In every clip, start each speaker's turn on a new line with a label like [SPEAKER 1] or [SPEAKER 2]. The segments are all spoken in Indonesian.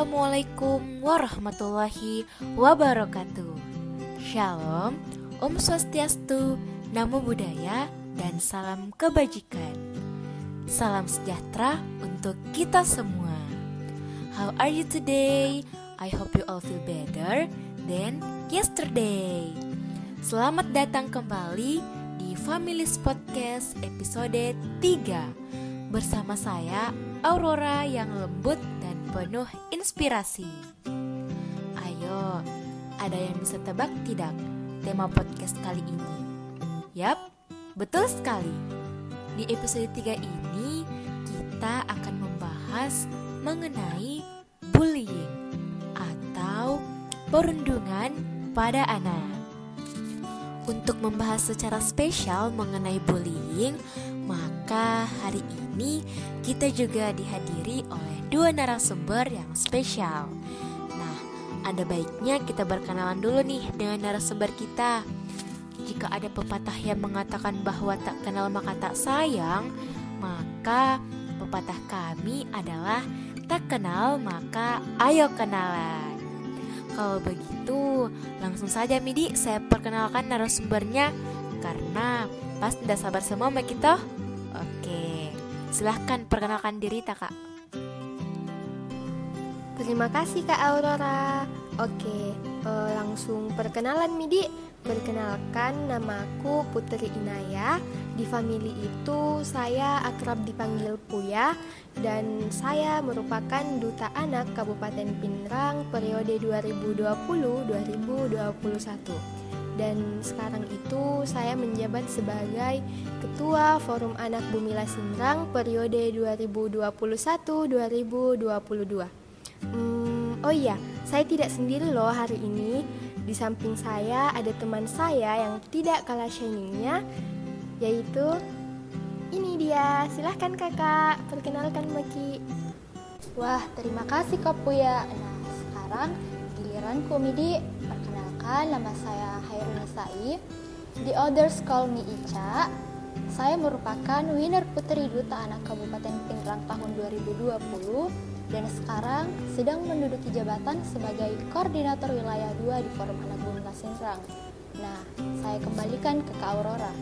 [SPEAKER 1] Assalamualaikum warahmatullahi wabarakatuh. Shalom, Om Swastiastu, Namo Buddhaya, dan salam kebajikan. Salam sejahtera untuk kita semua. How are you today? I hope you all feel better than yesterday. Selamat datang kembali di Families Podcast episode 3 bersama saya Aurora yang lembut dan penuh inspirasi. Ayo, ada yang bisa tebak tidak tema podcast kali ini? Yap, betul sekali. Di episode 3 ini kita akan membahas mengenai bullying atau perundungan pada anak. Untuk membahas secara spesial mengenai bullying, maka hari ini kita juga dihadiri oleh dua narasumber yang spesial. Nah, ada baiknya kita berkenalan dulu nih dengan narasumber kita. Jika ada pepatah yang mengatakan bahwa tak kenal maka tak sayang, maka pepatah kami adalah tak kenal maka ayo kenalan. Kalau begitu, langsung saja Midi saya perkenalkan narasumbernya karena pas tidak sabar semua sama kita. Oke, silahkan perkenalkan diri Kak.
[SPEAKER 2] Terima kasih Kak Aurora. Oke, langsung perkenalan Midi. Perkenalkan, namaku Putri Inaya. Di family itu saya akrab dipanggil Puya. Dan saya merupakan Duta Anak Kabupaten Pinrang periode 2020-2021. Dan sekarang itu saya menjabat sebagai Ketua Forum Anak Bumila Sindrang periode 2021-2022. Oh iya, saya tidak sendiri loh hari ini. Di samping saya ada teman saya yang tidak kalah shiningnya, yaitu ini dia. Silahkan kakak, perkenalkan Maki.
[SPEAKER 3] Wah, terima kasih Kak Puya. Nah, sekarang giliranku Midi. Perkenalkan, nama saya Hairul Nisai. The others call me Ica. Saya merupakan winner Putri Duta Anak Kabupaten Pinrang tahun 2020 dan sekarang sedang menduduki jabatan sebagai Koordinator Wilayah 2 di Forum Anak Bumila Sindrang. Nah, saya kembalikan ke Kak Aurora.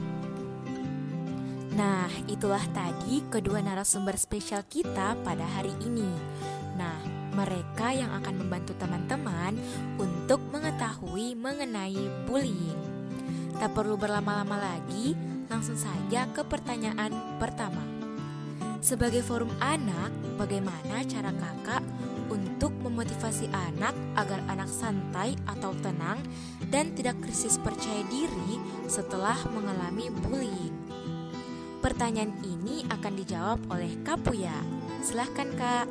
[SPEAKER 1] Nah, itulah tadi kedua narasumber spesial kita pada hari ini. Nah, mereka yang akan membantu teman-teman untuk mengetahui mengenai bullying. Tak perlu berlama-lama lagi, langsung saja ke pertanyaan pertama. Sebagai forum anak, bagaimana cara kakak untuk memotivasi anak agar anak santai atau tenang dan tidak krisis percaya diri setelah mengalami bullying? Pertanyaan ini akan dijawab oleh Kak Puya. Silahkan Kak.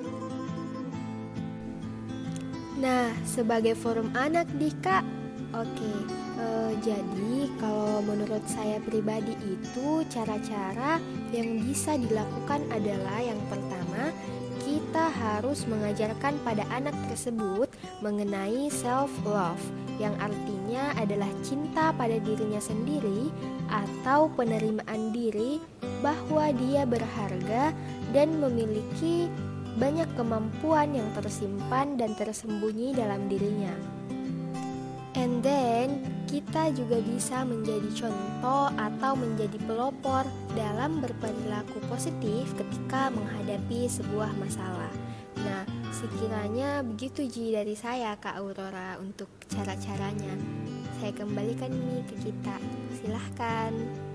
[SPEAKER 2] Nah, sebagai forum anak di Kak. Oke, jadi kalau menurut saya pribadi itu cara-cara yang bisa dilakukan adalah yang pertama, kita harus mengajarkan pada anak tersebut mengenai self-love, yang artinya adalah cinta pada dirinya sendiri atau penerimaan diri bahwa dia berharga dan memiliki banyak kemampuan yang tersimpan dan tersembunyi dalam dirinya. And then, kita juga bisa menjadi contoh atau menjadi pelopor dalam berperilaku positif ketika menghadapi sebuah masalah. Nah, sekiranya begitu Ji dari saya Kak Aurora untuk cara-caranya. Saya kembalikan ini ke kita. Silahkan.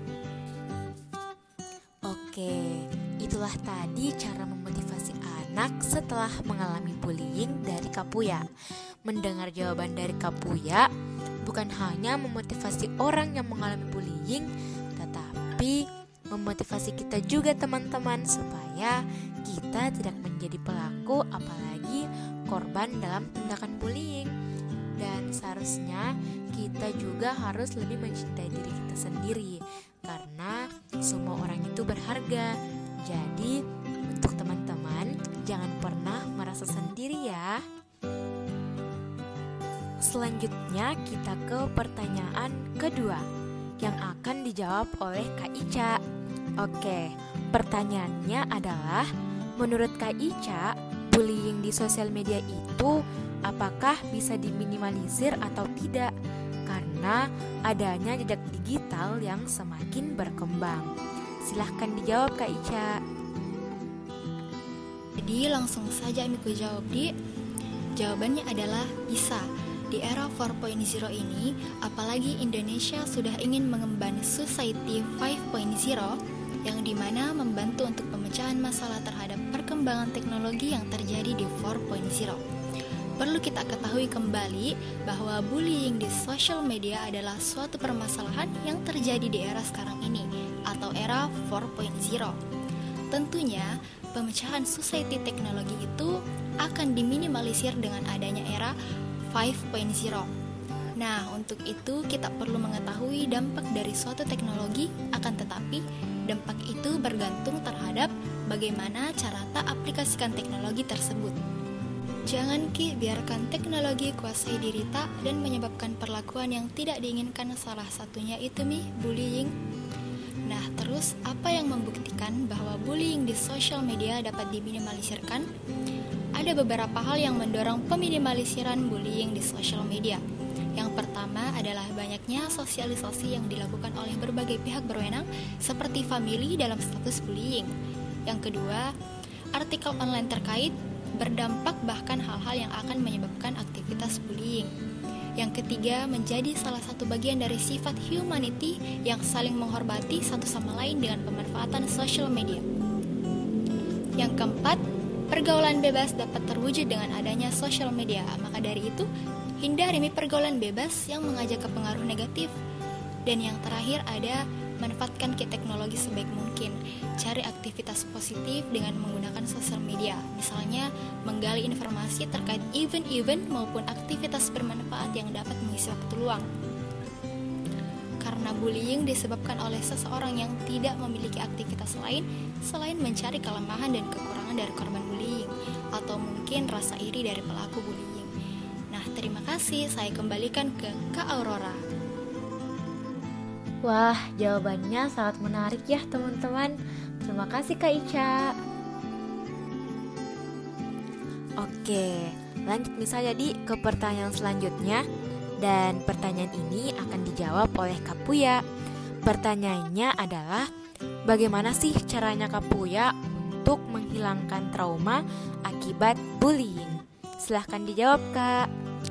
[SPEAKER 1] Oke, itulah tadi cara memotivasi anak setelah mengalami bullying dari Kak Puya. Mendengar jawaban dari Kak Puya bukan hanya memotivasi orang yang mengalami bullying, tetapi memotivasi kita juga teman-teman supaya kita tidak menjadi pelaku apalagi korban dalam tindakan bullying. Dan seharusnya kita juga harus lebih mencintai diri kita sendiri karena semua orang itu berharga. Jadi untuk teman-teman jangan pernah merasa sendiri ya. Selanjutnya kita ke pertanyaan kedua yang akan dijawab oleh Kak Ica. Oke, pertanyaannya adalah, menurut Kak Ica, bullying di sosial media itu apakah bisa diminimalisir atau tidak? Karena adanya jejak digital yang semakin berkembang. Silahkan dijawab Kak Ica.
[SPEAKER 3] Jadi langsung saja Amiku jawab, Di. Jawabannya adalah bisa. Di era 4.0 ini, apalagi Indonesia sudah ingin mengemban Society 5.0 yang dimana membantu untuk pemecahan masalah terhadap perkembangan teknologi yang terjadi di 4.0. Perlu kita ketahui kembali bahwa bullying di social media adalah suatu permasalahan yang terjadi di era sekarang ini atau era 4.0. Tentunya, pemecahan society teknologi itu akan diminimalisir dengan adanya era 5.0. Nah, untuk itu kita perlu mengetahui dampak dari suatu teknologi, akan tetapi dampak itu bergantung terhadap bagaimana cara tak aplikasikan teknologi tersebut. Jangan biarkan teknologi kuasai diri tak dan menyebabkan perlakuan yang tidak diinginkan, salah satunya itu bullying. Nah, terus apa yang membuktikan bahwa bullying di sosial media dapat diminimalisirkan? Ada beberapa hal yang mendorong peminimalisirkan bullying di sosial media. Yang pertama adalah banyaknya sosialisasi yang dilakukan oleh berbagai pihak berwenang seperti famili dalam status bullying. Yang kedua, artikel online terkait berdampak bahkan hal-hal yang akan menyebabkan aktivitas bullying. Yang ketiga, menjadi salah satu bagian dari sifat humanity yang saling menghormati satu sama lain dengan pemanfaatan social media. Yang keempat, pergaulan bebas dapat terwujud dengan adanya social media. Maka dari itu, hindari pergaulan bebas yang mengajak ke pengaruh negatif. Dan yang terakhir ada manfaatkan teknologi sebaik mungkin. Cari aktivitas positif dengan menggunakan sosial media. Misalnya, menggali informasi terkait event-event maupun aktivitas bermanfaat yang dapat mengisi waktu luang. Karena bullying disebabkan oleh seseorang yang tidak memiliki aktivitas lain selain mencari kelemahan dan kekurangan dari korban bullying, atau mungkin rasa iri dari pelaku bullying. Nah, terima kasih. Saya kembalikan ke Kak Aurora.
[SPEAKER 1] Wah, jawabannya sangat menarik ya teman-teman. Terima kasih Kak Ica. Oke, lanjut misalnya ke pertanyaan selanjutnya. Dan pertanyaan ini akan dijawab oleh Kak Puya. Pertanyaannya adalah, bagaimana sih caranya Kak Puya untuk menghilangkan trauma akibat bullying? Silahkan dijawab Kak.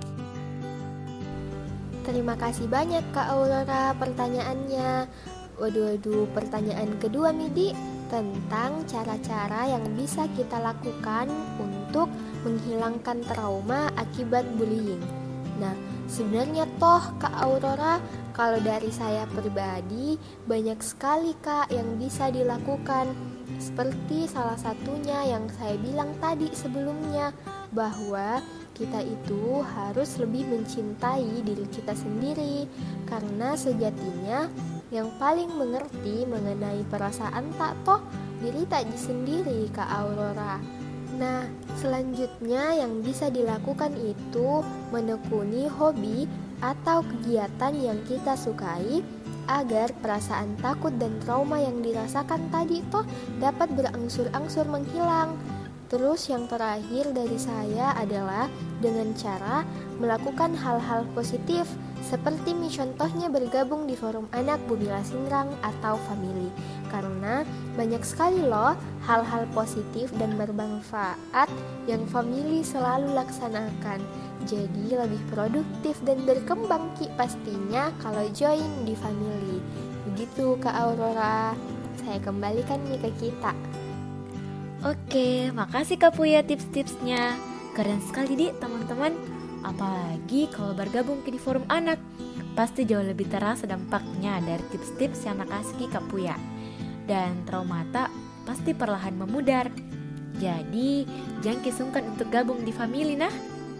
[SPEAKER 2] Terima kasih banyak Kak Aurora pertanyaannya. Waduh, pertanyaan kedua Midi tentang cara-cara yang bisa kita lakukan untuk menghilangkan trauma akibat bullying. Nah, sebenarnya Kak Aurora, kalau dari saya pribadi banyak sekali Kak yang bisa dilakukan. Seperti salah satunya yang saya bilang tadi sebelumnya, bahwa kita itu harus lebih mencintai diri kita sendiri, karena sejatinya yang paling mengerti mengenai perasaan diri tak sendiri Kak Aurora. Nah, selanjutnya yang bisa dilakukan itu menekuni hobi atau kegiatan yang kita sukai agar perasaan takut dan trauma yang dirasakan tadi dapat berangsur-angsur menghilang. Terus yang terakhir dari saya adalah dengan cara melakukan hal-hal positif seperti contohnya bergabung di forum anak Bumila Singrang atau family. Karena banyak sekali hal-hal positif dan bermanfaat yang family selalu laksanakan. Jadi lebih produktif dan berkembang pastinya kalau join di family. Begitu Kak Aurora. Saya kembalikan ke kita.
[SPEAKER 1] Oke, makasih Kak Puya tips-tipsnya. Keren sekali teman-teman. Apalagi kalau bergabung di forum anak, pasti jauh lebih terasa dampaknya dari tips-tips yang nakasih Kak Puya. Dan traumata pasti perlahan memudar. Jadi jangan kesungkan untuk gabung di family nah.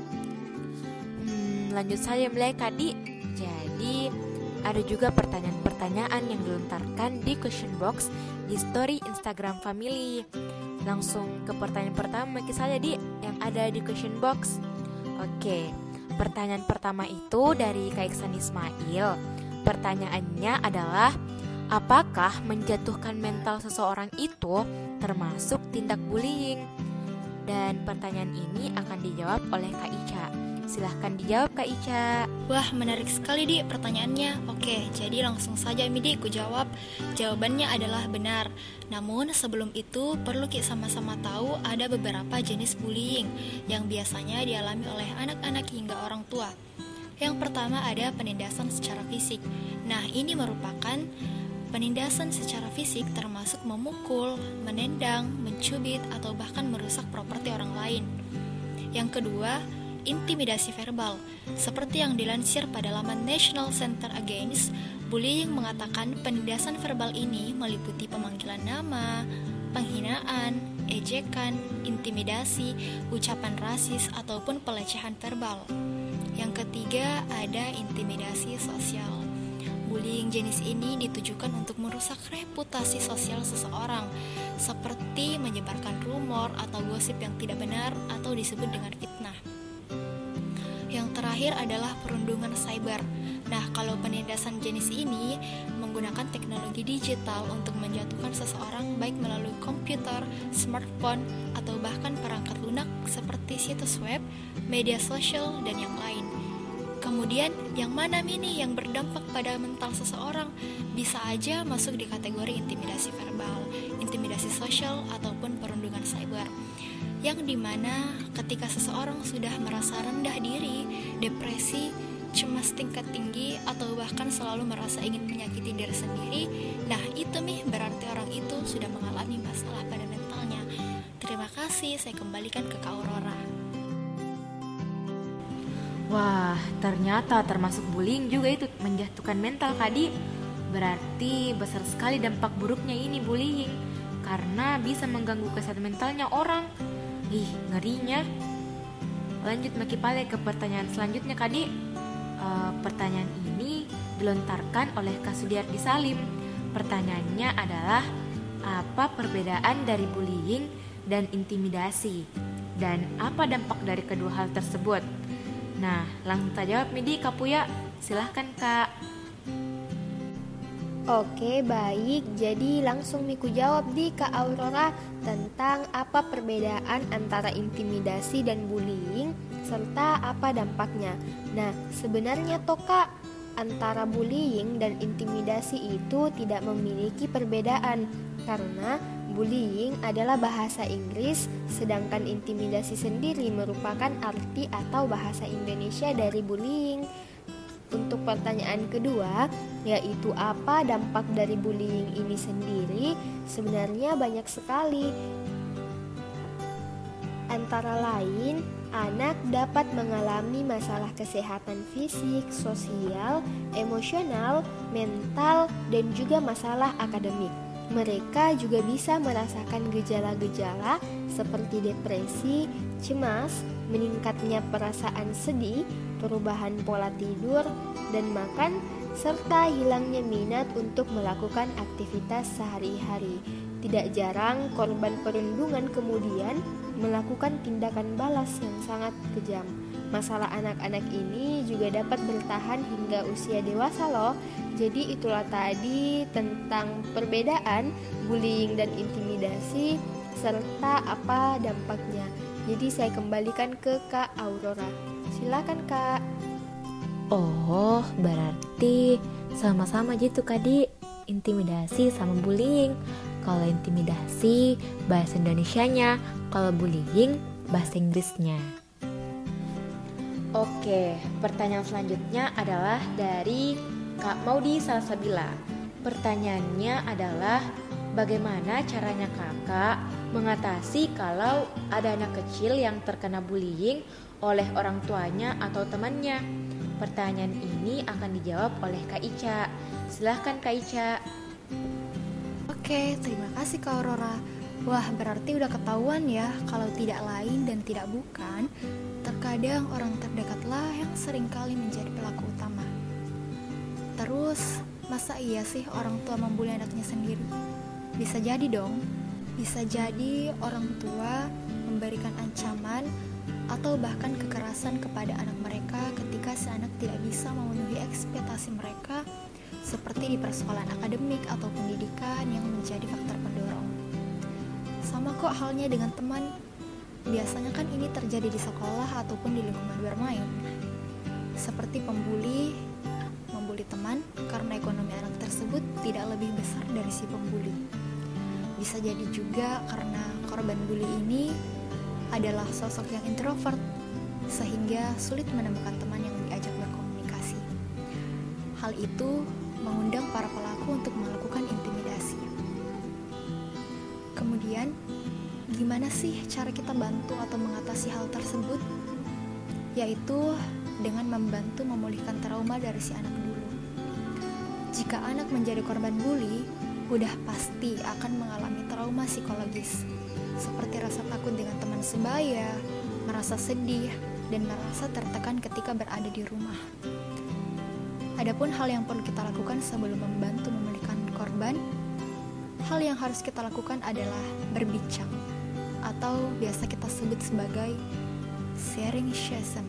[SPEAKER 1] Lanjut saja mulai Kadi. Jadi ada juga pertanyaan-pertanyaan yang dilontarkan di question box di story Instagram family. Langsung ke pertanyaan pertama saja yang ada di question box. Oke, pertanyaan pertama itu dari Kak Iksan Ismail. Pertanyaannya adalah, apakah menjatuhkan mental seseorang itu termasuk tindak bullying? Dan pertanyaan ini akan dijawab oleh Kak Ica. Silahkan dijawab Kak Ica.
[SPEAKER 4] Wah, menarik sekali Di pertanyaannya. Oke, jadi langsung saja Midi ku jawab. Jawabannya adalah benar. Namun sebelum itu perlu kita sama-sama tahu ada beberapa jenis bullying yang biasanya dialami oleh anak-anak hingga orang tua. Yang pertama ada penindasan secara fisik. Nah, ini merupakan penindasan secara fisik termasuk memukul, menendang, mencubit, atau bahkan merusak properti orang lain. Yang kedua, intimidasi verbal. Seperti yang dilansir pada laman National Center Against Bullying mengatakan penindasan verbal ini meliputi pemanggilan nama, penghinaan, ejekan, intimidasi, ucapan rasis, ataupun pelecehan verbal. Yang ketiga, ada intimidasi sosial. Bullying jenis ini ditujukan untuk merusak reputasi sosial seseorang, seperti menyebarkan rumor atau gosip yang tidak benar atau disebut dengan fitnah. Yang terakhir adalah perundungan cyber. Nah, kalau penindasan jenis ini menggunakan teknologi digital untuk menjatuhkan seseorang baik melalui komputer, smartphone, atau bahkan perangkat lunak seperti situs web, media sosial, dan yang lain. Kemudian, yang mana nih yang berdampak pada mental seseorang? Bisa aja masuk di kategori intimidasi verbal, intimidasi sosial, ataupun perundungan cyber. Yang dimana ketika seseorang sudah merasa rendah diri, depresi, cemas tingkat tinggi, atau bahkan selalu merasa ingin menyakiti diri sendiri, nah itu nih berarti orang itu sudah mengalami masalah pada mentalnya. Terima kasih, saya kembalikan ke Kak Aurora.
[SPEAKER 1] Wah, ternyata termasuk bullying juga itu menjatuhkan mental Kadi. Berarti besar sekali dampak buruknya ini bullying, karena bisa mengganggu kesehatan mentalnya orang. Ih, ngerinya. Lanjut Maki Pale ke pertanyaan selanjutnya Kadi. Pertanyaan ini dilontarkan oleh Kak Sudiardi Salim. Pertanyaannya adalah, apa perbedaan dari bullying dan intimidasi? Dan apa dampak dari kedua hal tersebut? Nah, langsung kita jawab Midi, Kak Puya. Silahkan Kak.
[SPEAKER 2] Oke, baik. Jadi langsung Miku jawab di Kak Aurora tentang apa perbedaan antara intimidasi dan bullying serta apa dampaknya. Nah, sebenarnya toh Kak, antara bullying dan intimidasi itu tidak memiliki perbedaan karena bullying adalah bahasa Inggris, sedangkan intimidasi sendiri merupakan arti atau bahasa Indonesia dari bullying. Untuk pertanyaan kedua, yaitu apa dampak dari bullying ini sendiri, sebenarnya banyak sekali. Antara lain, anak dapat mengalami masalah kesehatan fisik, sosial, emosional, mental, dan juga masalah akademik. Mereka juga bisa merasakan gejala-gejala seperti depresi, cemas, meningkatnya perasaan sedih, perubahan pola tidur dan makan, serta hilangnya minat untuk melakukan aktivitas sehari-hari. Tidak jarang korban perundungan kemudian melakukan tindakan balas yang sangat kejam. Masalah anak-anak ini juga dapat bertahan hingga usia dewasa loh. Jadi itulah tadi tentang perbedaan bullying dan intimidasi serta apa dampaknya. Jadi saya kembalikan ke Kak Aurora. Silakan Kak.
[SPEAKER 1] Oh, berarti sama-sama gitu Kadi, intimidasi sama bullying. Kalau intimidasi bahasa Indonesianya, kalau bullying bahasa Inggrisnya. Oke, pertanyaan selanjutnya adalah dari Kak Maudi Salsabila. Pertanyaannya adalah, bagaimana caranya kakak mengatasi kalau ada anak kecil yang terkena bullying oleh orang tuanya atau temannya? Pertanyaan ini akan dijawab oleh Kak Ica. Silahkan Kak Ica.
[SPEAKER 4] Oke, terima kasih Kak Aurora. Wah, berarti udah ketahuan ya kalau tidak lain dan tidak bukan, terkadang orang terdekatlah yang seringkali menjadi pelaku utama. Terus, masa iya sih orang tua membuli anaknya sendiri? Bisa jadi dong. Bisa jadi orang tua memberikan ancaman atau bahkan kekerasan kepada anak mereka ketika si anak tidak bisa memenuhi ekspektasi mereka, seperti di persoalan akademik atau pendidikan yang menjadi faktor pendorong. Sama kok halnya dengan teman.
[SPEAKER 3] biasanya kan ini terjadi di sekolah ataupun di lingkungan bermain. Seperti membuli teman karena ekonomi anak tersebut tidak lebih besar dari si pembuli. Bisa jadi juga karena korban bully ini adalah sosok yang introvert, sehingga sulit menemukan teman yang diajak berkomunikasi. Hal itu mengundang para pelaku untuk melakukan intimidasi. Kemudian, gimana sih cara kita bantu atau mengatasi hal tersebut? Yaitu dengan membantu memulihkan trauma dari si anak dulu. Jika anak menjadi korban bully, udah pasti akan mengalami trauma psikologis, seperti rasa takut dengan teman sebaya, merasa sedih, dan merasa tertekan ketika berada di rumah. Adapun hal yang perlu kita lakukan sebelum membantu memulihkan korban, hal yang harus kita lakukan adalah berbincang, atau biasa kita sebut sebagai sharing session,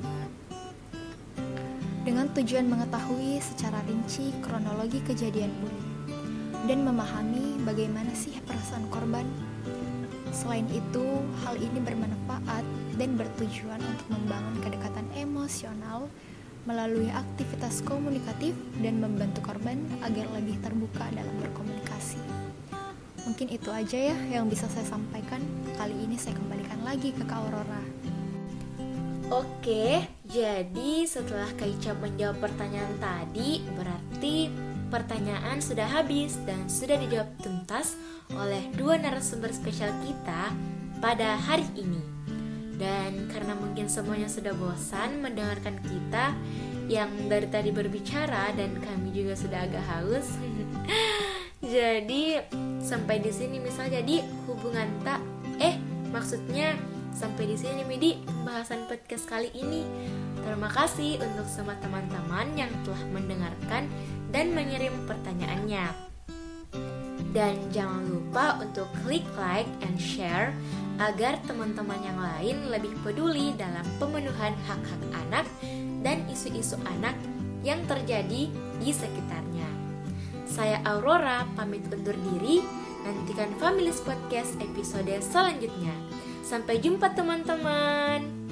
[SPEAKER 3] dengan tujuan mengetahui secara rinci kronologi kejadian bully dan memahami bagaimana sih perasaan korban. Selain itu, hal ini bermanfaat dan bertujuan untuk membangun kedekatan emosional melalui aktivitas komunikatif dan membantu korban agar lebih terbuka dalam berkomunikasi. Mungkin itu aja ya yang bisa saya sampaikan. Kali ini saya kembalikan lagi ke Kak Aurora.
[SPEAKER 1] Oke, jadi setelah Kak Ica menjawab pertanyaan tadi, berarti pertanyaan sudah habis dan sudah dijawab tuntas oleh dua narasumber spesial kita pada hari ini. Dan karena mungkin semuanya sudah bosan mendengarkan kita yang dari tadi berbicara dan kami juga sudah agak haus. Jadi sampai di sini misalnya jadi hubungan maksudnya sampai di sini Midi pembahasan podcast kali ini. Terima kasih untuk semua teman-teman yang telah mendengarkan dan mengirim pertanyaannya. Dan jangan lupa untuk klik like and share agar teman-teman yang lain lebih peduli dalam pemenuhan hak-hak anak dan isu-isu anak yang terjadi di sekitarnya. Saya Aurora pamit undur diri. Nantikan Families Podcast episode selanjutnya. Sampai jumpa teman-teman.